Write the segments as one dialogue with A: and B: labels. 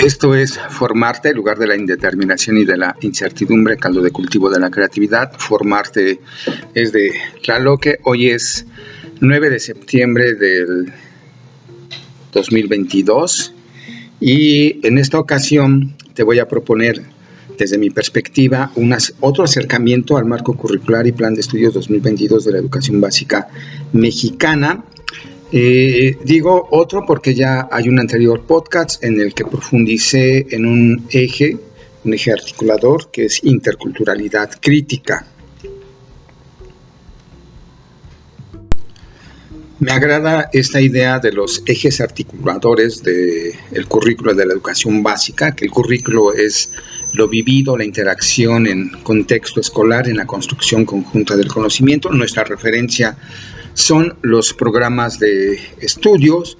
A: Esto es Formarte, lugar de la indeterminación y de la incertidumbre, caldo de cultivo de la creatividad. Formarte es de Tlaloque. Hoy es 9 de septiembre del 2022 y en esta ocasión te voy a proponer desde mi perspectiva otro acercamiento al marco curricular y plan de estudios 2022 de la educación básica mexicana. Digo otro porque ya hay un anterior podcast en el que profundicé en un eje articulador que es interculturalidad crítica. Me agrada esta idea de los ejes articuladores del currículo de la educación básica, que el currículo es lo vivido, la interacción en contexto escolar, en la construcción conjunta del conocimiento. Nuestra referencia son los programas de estudios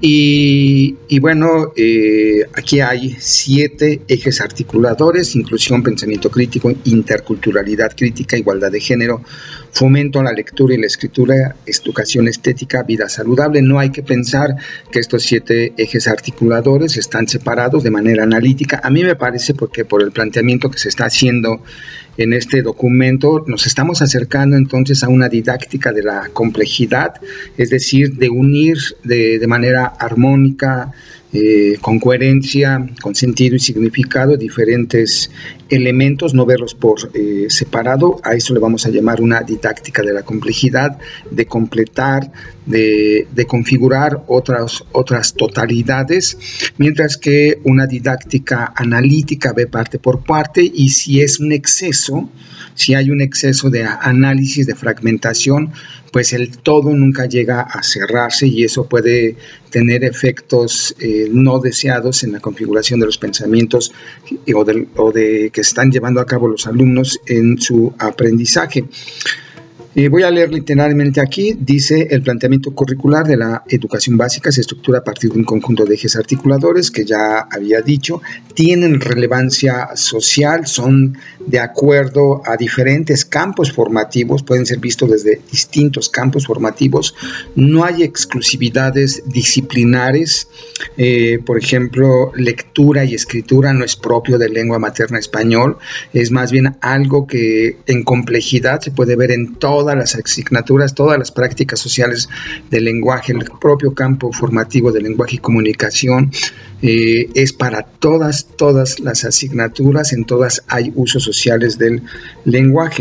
A: y bueno, aquí hay 7 ejes articuladores: inclusión, pensamiento crítico, interculturalidad crítica, igualdad de género, fomento a la lectura y la escritura, educación estética, vida saludable. No hay que pensar que estos 7 ejes articuladores están separados de manera analítica. A mí me parece, porque por el planteamiento que se está haciendo en este documento nos estamos acercando entonces a una didáctica de la complejidad, es decir, de unir de manera armónica, con coherencia, con sentido y significado, diferentes elementos, no verlos por separado. A eso le vamos a llamar una didáctica de la complejidad, de completar, de configurar otras totalidades, mientras que una didáctica analítica ve parte por parte, y si es un exceso, si hay un exceso de análisis, de fragmentación, pues el todo nunca llega a cerrarse y eso puede tener efectos no deseados en la configuración de los pensamientos o de que están llevando a cabo los alumnos en su aprendizaje. Voy a leer literalmente aquí. Dice: el planteamiento curricular de la educación básica se estructura a partir de un conjunto de ejes articuladores que ya había dicho, tienen relevancia social, son de acuerdo a diferentes campos formativos, pueden ser vistos desde distintos campos formativos, no hay exclusividades disciplinares. Por ejemplo, lectura y escritura no es propio de lengua materna español, es más bien algo que en complejidad se puede ver en todas las asignaturas, todas las prácticas sociales del lenguaje. El propio campo formativo de lenguaje y comunicación es para todas las asignaturas, en todas hay usos sociales del lenguaje.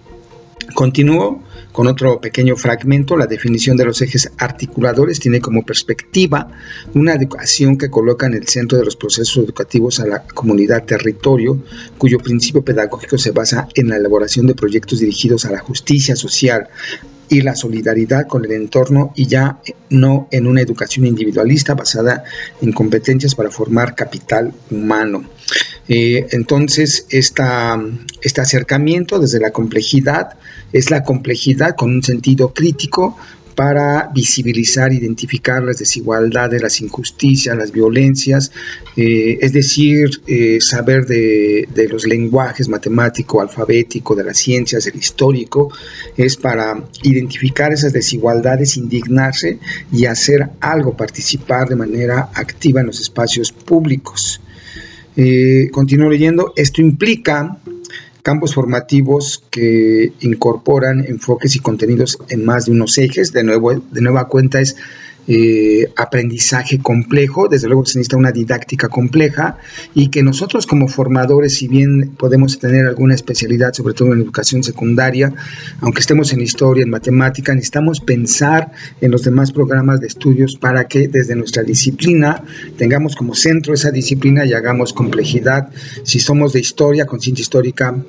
A: Continúo con otro pequeño fragmento. La definición de los ejes articuladores tiene como perspectiva una educación que coloca en el centro de los procesos educativos a la comunidad territorio, cuyo principio pedagógico se basa en la elaboración de proyectos dirigidos a la justicia social y la solidaridad con el entorno, y ya no en una educación individualista basada en competencias para formar capital humano. Entonces, este acercamiento desde la complejidad es la complejidad con un sentido crítico para visibilizar, identificar las desigualdades, las injusticias, las violencias, es decir, saber de los lenguajes matemático, alfabético, de las ciencias, del histórico, es para identificar esas desigualdades, indignarse y hacer algo, participar de manera activa en los espacios públicos. Continúo leyendo. Esto implica campos formativos que incorporan enfoques y contenidos en más de unos ejes. De nueva cuenta es aprendizaje complejo. Desde luego se necesita una didáctica compleja, y que nosotros como formadores, si bien podemos tener alguna especialidad, sobre todo en educación secundaria, aunque estemos en historia, en matemática, necesitamos pensar en los demás programas de estudios para que desde nuestra disciplina tengamos como centro esa disciplina y hagamos complejidad. Si somos de historia, conciencia histórica,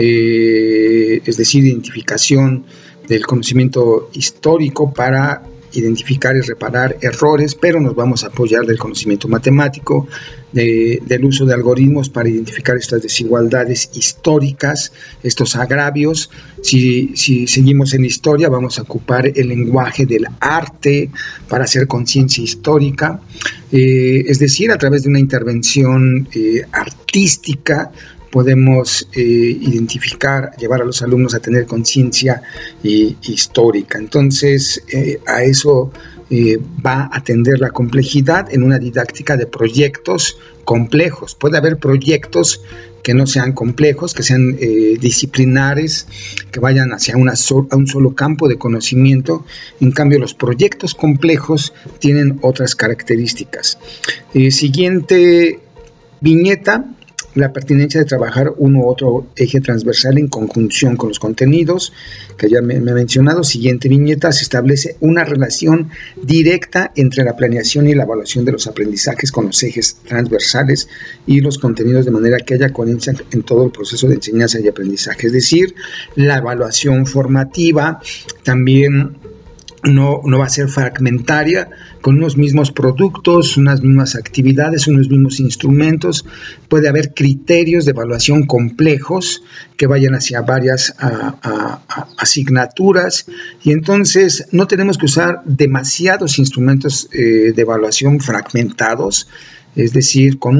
A: es decir, identificación del conocimiento histórico para identificar y reparar errores, pero nos vamos a apoyar del conocimiento matemático, del uso de algoritmos para identificar estas desigualdades históricas, estos agravios. Si seguimos en historia, vamos a ocupar el lenguaje del arte para hacer conciencia histórica, es decir, a través de una intervención artística podemos identificar, llevar a los alumnos a tener conciencia histórica. Entonces, a eso va a atender la complejidad en una didáctica de proyectos complejos. Puede haber proyectos que no sean complejos, que sean disciplinares, que vayan hacia a un solo campo de conocimiento. En cambio, los proyectos complejos tienen otras características. Siguiente viñeta: la pertinencia de trabajar uno u otro eje transversal en conjunción con los contenidos, que ya me he mencionado. Siguiente viñeta: se establece una relación directa entre la planeación y la evaluación de los aprendizajes con los ejes transversales y los contenidos, de manera que haya coherencia en todo el proceso de enseñanza y aprendizaje. Es decir, la evaluación formativa también no va a ser fragmentaria, con unos mismos productos, unas mismas actividades, unos mismos instrumentos. Puede haber criterios de evaluación complejos que vayan hacia varias asignaturas, y entonces no tenemos que usar demasiados instrumentos de evaluación fragmentados. Es decir, con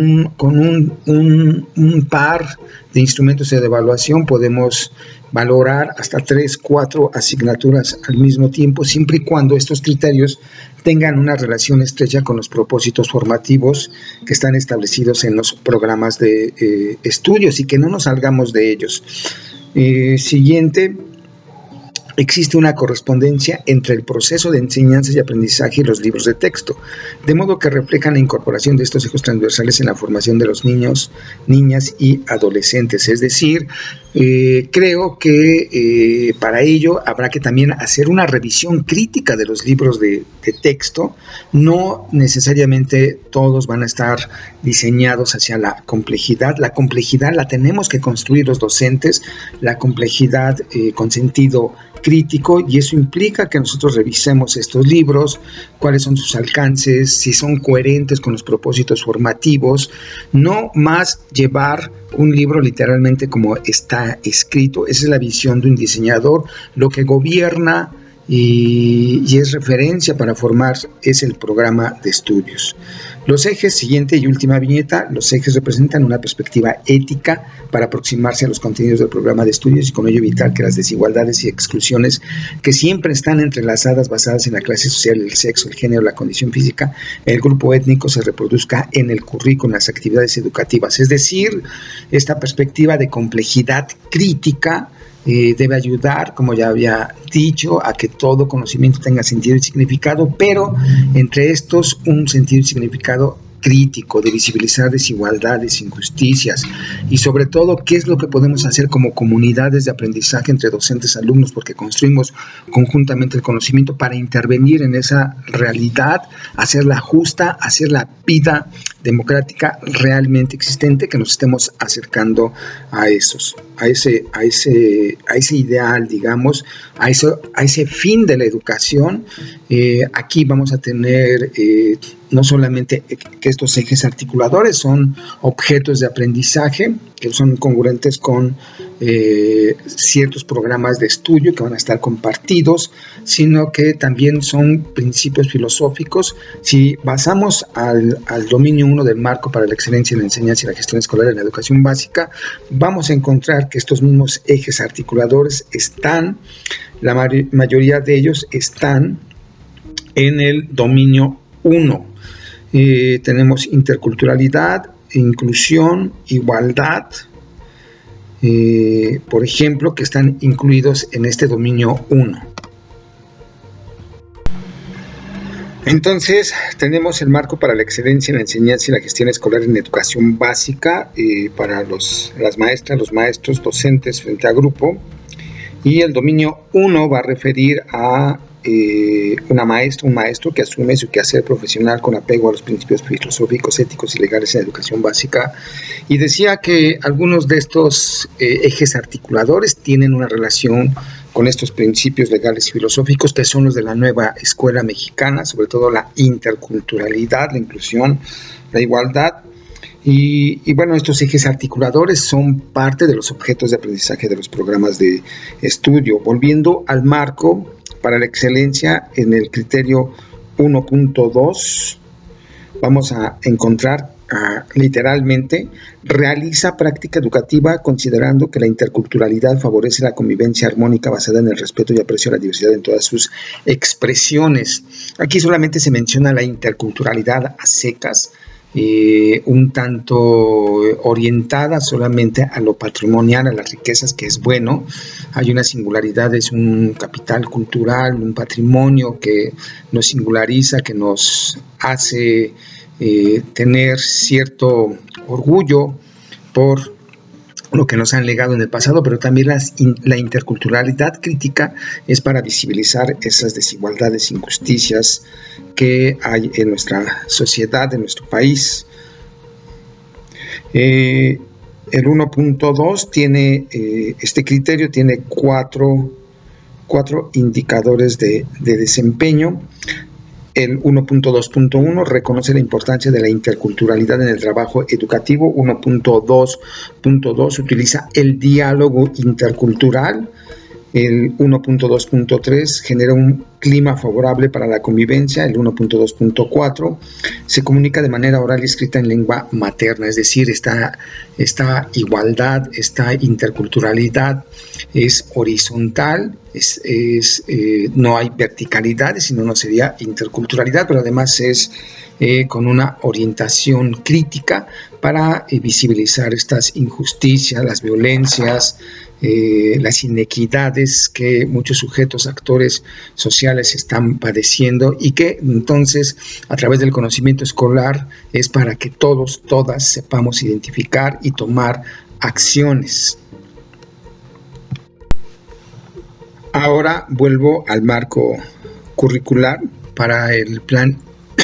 A: un par de instrumentos de evaluación podemos valorar hasta 3, 4 asignaturas al mismo tiempo, siempre y cuando estos criterios tengan una relación estrecha con los propósitos formativos que están establecidos en los programas de estudios y que no nos salgamos de ellos. Siguiente: existe una correspondencia entre el proceso de enseñanza y aprendizaje y los libros de texto, de modo que reflejan la incorporación de estos ejes transversales en la formación de los niños, niñas y adolescentes. Es decir, creo que para ello habrá que también hacer una revisión crítica de los libros de texto. No necesariamente todos van a estar diseñados hacia la complejidad. La complejidad la tenemos que construir los docentes, la complejidad con sentido crítico, y eso implica que nosotros revisemos estos libros, cuáles son sus alcances, si son coherentes con los propósitos formativos. No más llevar un libro literalmente como está escrito. Esa es la visión de un diseñador. Lo que gobierna y es referencia para formar es el programa de estudios. Los ejes, siguiente y última viñeta: los ejes representan una perspectiva ética para aproximarse a los contenidos del programa de estudios y con ello evitar que las desigualdades y exclusiones que siempre están entrelazadas, basadas en la clase social, el sexo, el género, la condición física, el grupo étnico, se reproduzca en el currículo, en las actividades educativas. Es decir, esta perspectiva de complejidad crítica debe ayudar, como ya había dicho, a que todo conocimiento tenga sentido y significado, pero entre estos un sentido y significado crítico, de visibilizar desigualdades, injusticias y sobre todo qué es lo que podemos hacer como comunidades de aprendizaje entre docentes y alumnos, porque construimos conjuntamente el conocimiento para intervenir en esa realidad, hacerla justa, hacer la vida democrática realmente existente, que nos estemos acercando a ese ideal, digamos, a ese fin de la educación. Aquí vamos a tener no solamente que estos ejes articuladores son objetos de aprendizaje que son congruentes con ciertos programas de estudio que van a estar compartidos, sino que también son principios filosóficos. Si basamos al dominio 1 del marco para la excelencia en la enseñanza y la gestión escolar en la educación básica, vamos a encontrar que estos mismos ejes articuladores están, la mayoría de ellos están en el dominio 1. Tenemos interculturalidad, inclusión, igualdad, por ejemplo, que están incluidos en este dominio 1. Entonces, tenemos el marco para la excelencia en la enseñanza y la gestión escolar en educación básica para las maestras, los maestros, docentes frente a grupo. Y el dominio 1 va a referir a un maestro que asume su quehacer profesional con apego a los principios filosóficos, éticos y legales en la educación básica. Y decía que algunos de estos ejes articuladores tienen una relación con estos principios legales y filosóficos, que son los de la nueva escuela mexicana, sobre todo la interculturalidad, la inclusión, la igualdad. Y bueno, estos ejes articuladores son parte de los objetos de aprendizaje de los programas de estudio. Volviendo al marco para la excelencia, en el criterio 1.2 vamos a encontrar literalmente, realiza práctica educativa considerando que la interculturalidad favorece la convivencia armónica basada en el respeto y aprecio a la diversidad en todas sus expresiones. Aquí solamente se menciona la interculturalidad a secas, un tanto orientada solamente a lo patrimonial, a las riquezas, que es bueno. Hay una singularidad, es un capital cultural, un patrimonio que nos singulariza, que nos hace tener cierto orgullo por lo que nos han legado en el pasado, pero también la interculturalidad crítica es para visibilizar esas desigualdades, injusticias que hay en nuestra sociedad, en nuestro país. El 1.2 tiene, este criterio tiene cuatro indicadores de desempeño. El 1.2.1 reconoce la importancia de la interculturalidad en el trabajo educativo. 1.2.2 utiliza el diálogo intercultural. El 1.2.3 genera un clima favorable para la convivencia. El 1.2.4 se comunica de manera oral y escrita en lengua materna, es decir, esta igualdad, esta interculturalidad es horizontal, no hay verticalidades, sino no sería interculturalidad, pero además es con una orientación crítica para visibilizar estas injusticias, las violencias, las inequidades que muchos sujetos, actores sociales están padeciendo, y que entonces a través del conocimiento escolar es para que todos, todas sepamos identificar y tomar acciones. Ahora vuelvo al marco curricular para el plan.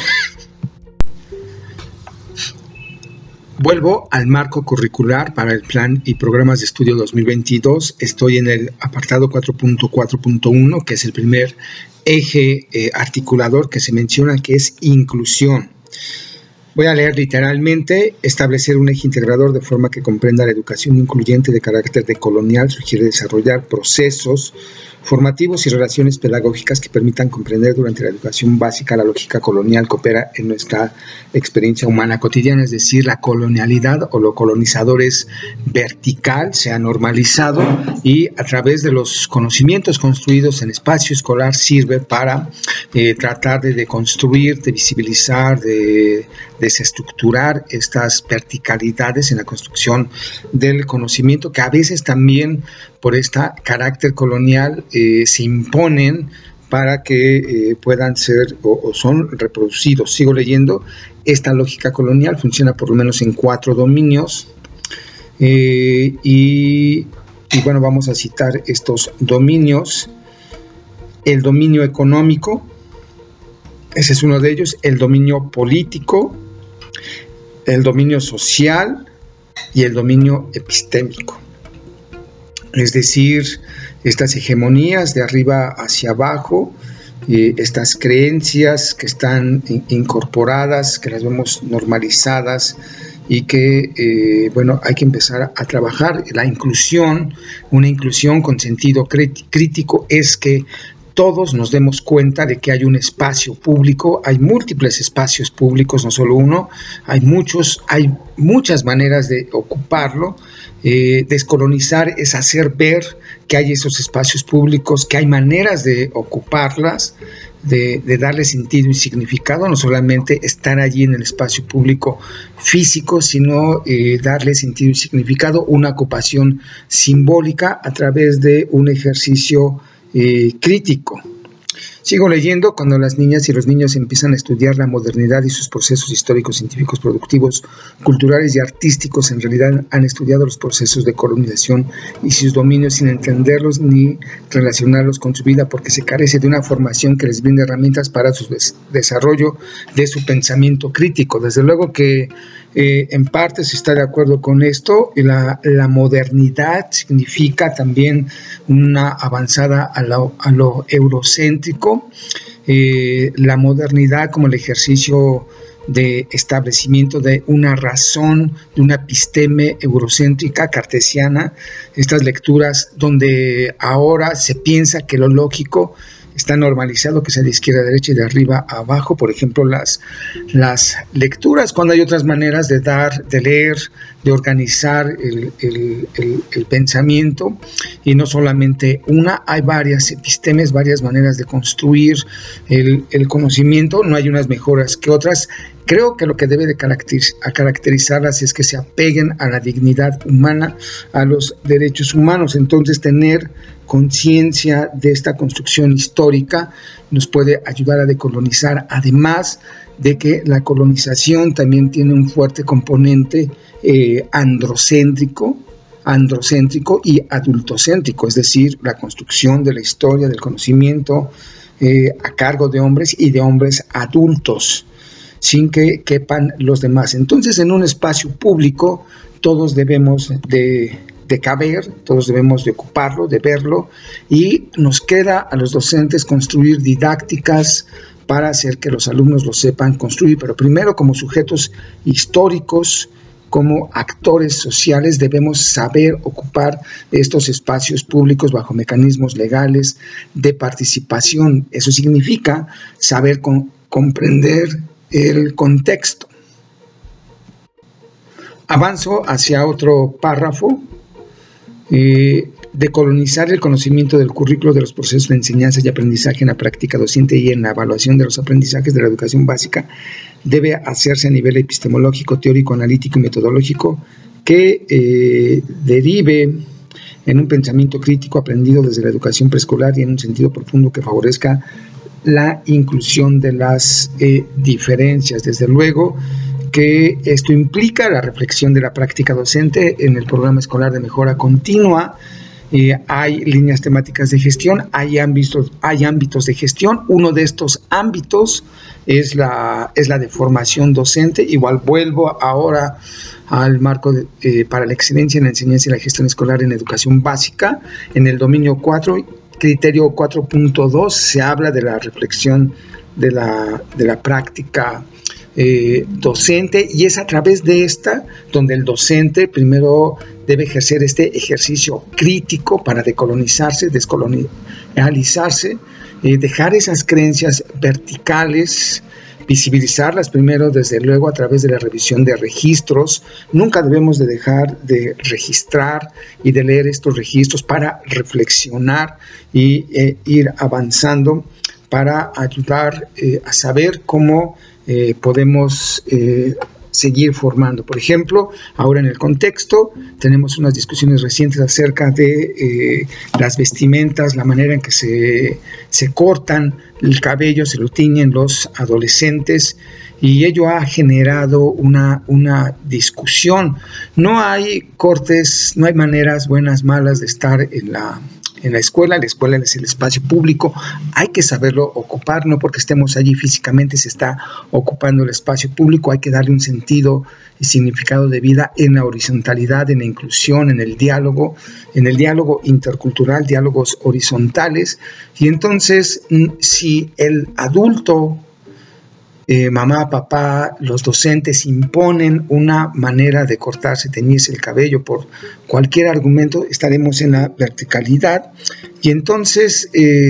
A: Vuelvo al marco curricular para el plan y programas de estudio 2022. Estoy en el apartado 4.4.1, que es el primer eje articulador que se menciona, que es inclusión. Voy a leer literalmente: establecer un eje integrador de forma que comprenda la educación incluyente de carácter decolonial sugiere desarrollar procesos formativos y relaciones pedagógicas que permitan comprender durante la educación básica la lógica colonial que opera en nuestra experiencia humana cotidiana, es decir, la colonialidad o lo colonizador es vertical, se ha normalizado, y a través de los conocimientos construidos en espacio escolar sirve para tratar de deconstruir, de visibilizar, de desestructurar estas verticalidades en la construcción del conocimiento, que a veces también por este carácter colonial se imponen para que puedan ser o son reproducidos. Sigo leyendo. Esta lógica colonial funciona por lo menos en 4 dominios y bueno, vamos a citar estos dominios. El dominio económico, ese es uno de ellos; el dominio político, el dominio social y el dominio epistémico. Es decir, estas hegemonías de arriba hacia abajo, estas creencias que están incorporadas, que las vemos normalizadas y que, bueno, hay que empezar a trabajar. La inclusión, una inclusión con sentido crítico, es que todos nos demos cuenta de que hay un espacio público, hay múltiples espacios públicos, no solo uno, hay muchas maneras de ocuparlo. Descolonizar es hacer ver que hay esos espacios públicos, que hay maneras de ocuparlas, de darle sentido y significado, no solamente estar allí en el espacio público físico, sino darle sentido y significado, una ocupación simbólica a través de un ejercicio crítico. Sigo leyendo. Cuando las niñas y los niños empiezan a estudiar la modernidad y sus procesos históricos, científicos, productivos, culturales y artísticos, en realidad han estudiado los procesos de colonización y sus dominios sin entenderlos ni relacionarlos con su vida, porque se carece de una formación que les brinde herramientas para su desarrollo de su pensamiento crítico. Desde luego que en parte se está de acuerdo con esto. La modernidad significa también una avanzada a lo eurocéntrico. La modernidad como el ejercicio de establecimiento de una razón, de una episteme eurocéntrica, cartesiana, estas lecturas donde ahora se piensa que lo lógico está normalizado que sea de izquierda a derecha y de arriba a abajo. Por ejemplo, las lecturas, cuando hay otras maneras de dar, de leer, de organizar el pensamiento, y no solamente una, hay varias epistemes, varias maneras de construir el conocimiento, no hay unas mejores que otras. Creo que lo que debe de caracterizarlas es que se apeguen a la dignidad humana, a los derechos humanos. Entonces, tener conciencia de esta construcción histórica nos puede ayudar a decolonizar, además de que la colonización también tiene un fuerte componente androcéntrico y adultocéntrico, es decir, la construcción de la historia, del conocimiento a cargo de hombres y de hombres adultos, sin que quepan los demás. Entonces, en un espacio público, todos debemos de caber, todos debemos de ocuparlo, de verlo, y nos queda a los docentes construir didácticas para hacer que los alumnos lo sepan construir, pero primero como sujetos históricos, como actores sociales, debemos saber ocupar estos espacios públicos bajo mecanismos legales de participación. Eso significa saber comprender el contexto. Avanzo hacia otro párrafo. Decolonizar el conocimiento del currículo de los procesos de enseñanza y aprendizaje en la práctica docente y en la evaluación de los aprendizajes de la educación básica debe hacerse a nivel epistemológico, teórico, analítico y metodológico que derive en un pensamiento crítico aprendido desde la educación preescolar y en un sentido profundo que favorezca la inclusión de las diferencias. Desde luego que esto implica la reflexión de la práctica docente en el programa escolar de mejora continua. Hay líneas temáticas de gestión, hay ámbitos de gestión. Uno de estos ámbitos es la de formación docente. Igual vuelvo ahora al marco para la excelencia en la enseñanza y la gestión escolar en educación básica. En el dominio 4, criterio 4.2, se habla de la reflexión de la práctica docente, y es a través de esta donde el docente primero debe ejercer este ejercicio crítico para decolonizarse, descolonializarse, dejar esas creencias verticales, visibilizarlas primero, desde luego, a través de la revisión de registros. Nunca debemos de dejar de registrar y de leer estos registros para reflexionar y ir avanzando para ayudar a saber cómo podemos seguir formando. Por ejemplo, ahora en el contexto tenemos unas discusiones recientes acerca de las vestimentas, la manera en que se cortan el cabello, se lo tiñen los adolescentes, y ello ha generado una discusión. No hay cortes, no hay maneras buenas, malas de estar en la escuela. La escuela es el espacio público, hay que saberlo ocupar, no porque estemos allí físicamente se está ocupando el espacio público. Hay que darle un sentido y significado de vida en la horizontalidad, en la inclusión, en el diálogo intercultural, diálogos horizontales. Y entonces, si el adulto, mamá, papá, los docentes imponen una manera de cortarse, teñirse el cabello por cualquier argumento, estaremos en la verticalidad, y entonces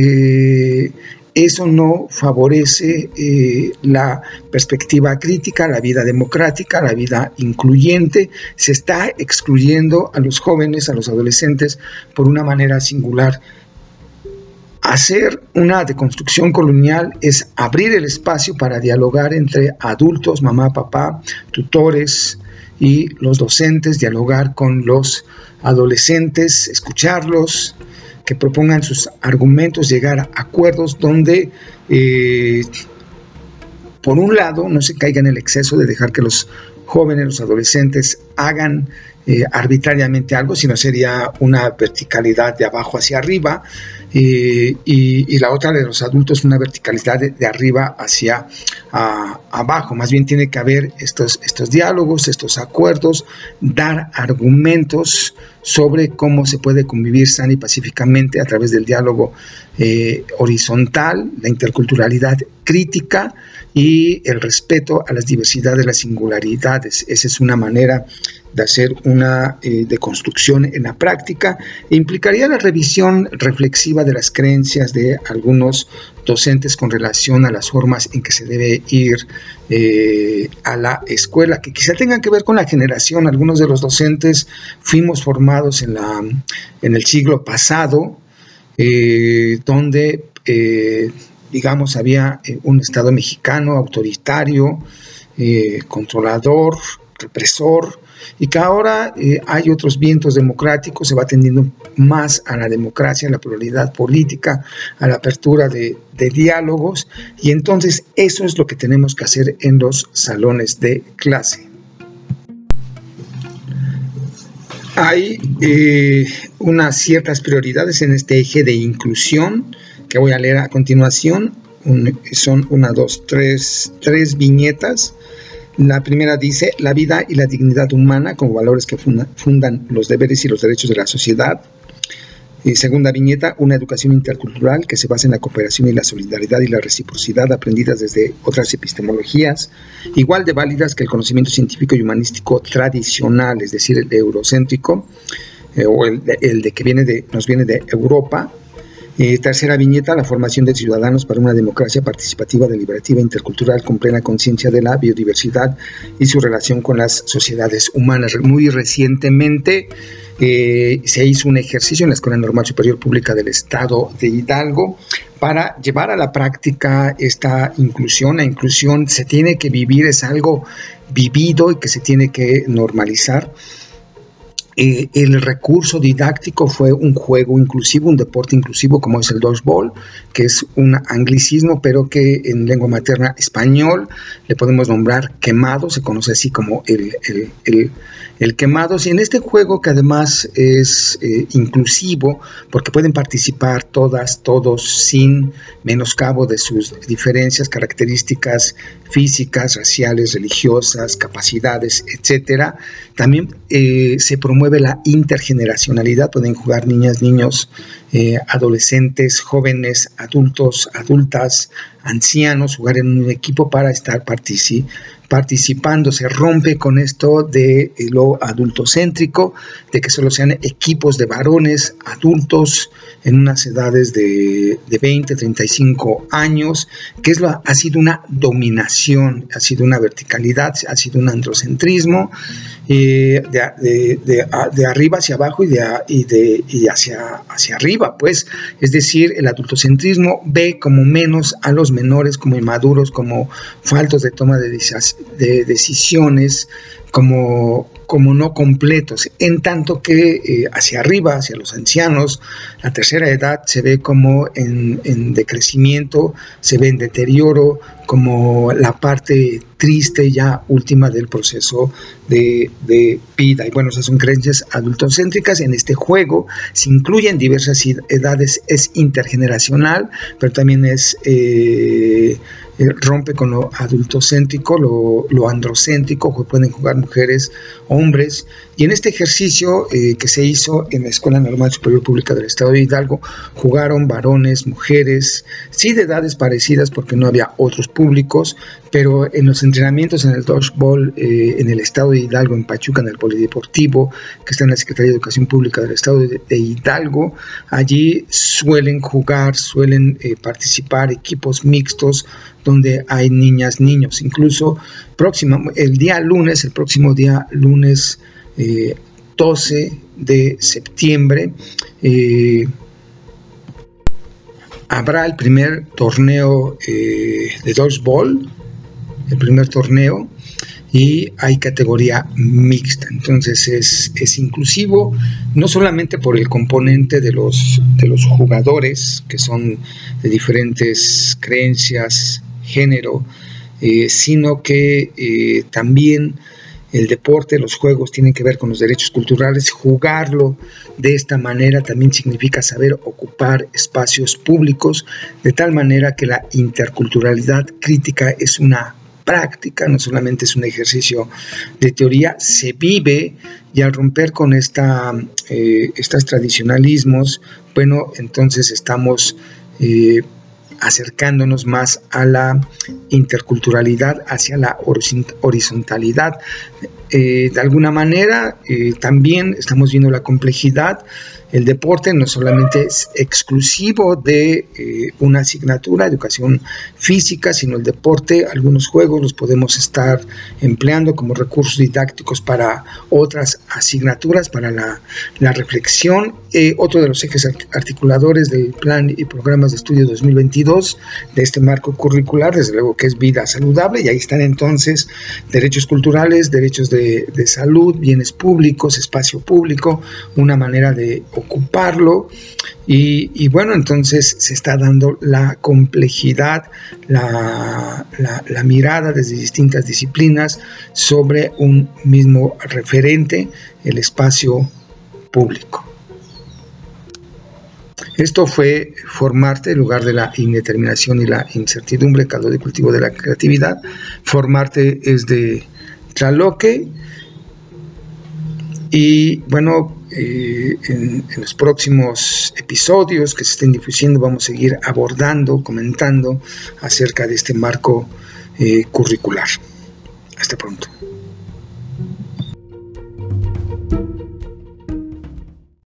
A: eso no favorece la perspectiva crítica, la vida democrática, la vida incluyente. Se está excluyendo a los jóvenes, a los adolescentes, por una manera singular. Hacer una deconstrucción colonial es abrir el espacio para dialogar entre adultos, mamá, papá, tutores y los docentes, dialogar con los adolescentes, escucharlos, que propongan sus argumentos, llegar a acuerdos donde, por un lado, no se caiga en el exceso de dejar que los jóvenes, los adolescentes hagan arbitrariamente algo, sino sería una verticalidad de abajo hacia arriba, y la otra de los adultos una verticalidad de arriba hacia abajo. Más bien tiene que haber estos diálogos, estos acuerdos, dar argumentos sobre cómo se puede convivir sana y pacíficamente a través del diálogo horizontal, la interculturalidad crítica y el respeto a las diversidades, las singularidades. Esa es una manera hacer una deconstrucción en la práctica, e implicaría la revisión reflexiva de las creencias de algunos docentes con relación a las formas en que se debe ir a la escuela, que quizá tengan que ver con la generación. Algunos de los docentes fuimos formados en el siglo pasado, donde digamos había un Estado mexicano autoritario, controlador, represor, y que ahora hay otros vientos democráticos, se va tendiendo más a la democracia, a la pluralidad política, a la apertura de diálogos, y entonces eso es lo que tenemos que hacer en los salones de clase. Hay unas ciertas prioridades en este eje de inclusión que voy a leer a continuación. Son tres viñetas. La primera dice: la vida y la dignidad humana como valores que fundan los deberes y los derechos de la sociedad. Segunda viñeta: una educación intercultural que se basa en la cooperación y la solidaridad y la reciprocidad aprendidas desde otras epistemologías, igual de válidas que el conocimiento científico y humanístico tradicional, es decir, el eurocéntrico, o el de que nos viene de Europa. Tercera viñeta: la formación de ciudadanos para una democracia participativa, deliberativa, intercultural, con plena conciencia de la biodiversidad y su relación con las sociedades humanas. Muy recientemente se hizo un ejercicio en la Escuela Normal Superior Pública del Estado de Hidalgo para llevar a la práctica esta inclusión. La inclusión se tiene que vivir, es algo vivido y que se tiene que normalizar. El recurso didáctico fue un juego inclusivo, un deporte inclusivo como es el dodgeball, que es un anglicismo, pero que en lengua materna español le podemos nombrar quemado, se conoce así como el quemados. Y en este juego, que además es inclusivo, porque pueden participar todos, sin menoscabo de sus diferencias, características físicas, raciales, religiosas, capacidades, etcétera. También se promueve la intergeneracionalidad. Pueden jugar niñas, niños, adolescentes, jóvenes, adultos, adultas, ancianos, jugar en un equipo para estar participando. Se rompe con esto de lo adultocéntrico, de que solo sean equipos de varones adultos en unas edades de 20, 35 años, que ha sido una dominación, ha sido una verticalidad, ha sido un androcentrismo, de arriba hacia abajo y hacia arriba, pues. Es decir, el adultocentrismo ve como menos a los menores, como inmaduros, como faltos de toma de decisiones, como no completos, en tanto que hacia arriba, hacia los ancianos, la tercera edad se ve como en decrecimiento, se ve en deterioro, como la parte triste ya última del proceso de vida. Y bueno, esas son creencias adultocéntricas. En este juego se incluyen diversas edades, es intergeneracional, pero también rompe con lo adultocéntrico, lo androcéntrico, que pueden jugar mujeres, hombres. Y en este ejercicio que se hizo en la Escuela Normal Superior Pública del Estado de Hidalgo, jugaron varones, mujeres, sí de edades parecidas porque no había otros públicos, pero en los entrenamientos en el dodgeball en el Estado de Hidalgo, en Pachuca, en el Polideportivo, que está en la Secretaría de Educación Pública del Estado de Hidalgo, allí suelen participar equipos mixtos donde hay niñas, niños. Incluso el próximo día lunes 12 de septiembre, habrá el primer torneo de dodgeball, el primer torneo, y hay categoría mixta. Entonces es inclusivo, no solamente por el componente de los jugadores, que son de diferentes creencias, género, sino que también el deporte, los juegos tienen que ver con los derechos culturales. Jugarlo de esta manera también significa saber ocupar espacios públicos, de tal manera que la interculturalidad crítica es una práctica, no solamente es un ejercicio de teoría, se vive. Y al romper con estos tradicionalismos, bueno, entonces estamos acercándonos más a la interculturalidad, hacia la horizontalidad. de alguna manera también estamos viendo la complejidad. El deporte no solamente es exclusivo de una asignatura, educación física, sino el deporte, algunos juegos los podemos estar empleando como recursos didácticos para otras asignaturas, para la reflexión. Otro de los ejes articuladores del Plan y Programas de Estudio 2022 de este marco curricular, desde luego que es vida saludable, y ahí están entonces derechos culturales, derechos de salud, bienes públicos, espacio público, una manera de ocuparlo, y bueno, entonces se está dando la complejidad, la mirada desde distintas disciplinas sobre un mismo referente, el espacio público. Esto fue Formarte, en lugar de la indeterminación y la incertidumbre, caldo de cultivo de la creatividad. Formarte es de Tlaloque. Y bueno, en los próximos episodios que se estén difundiendo vamos a seguir abordando, comentando acerca de este marco curricular. Hasta pronto.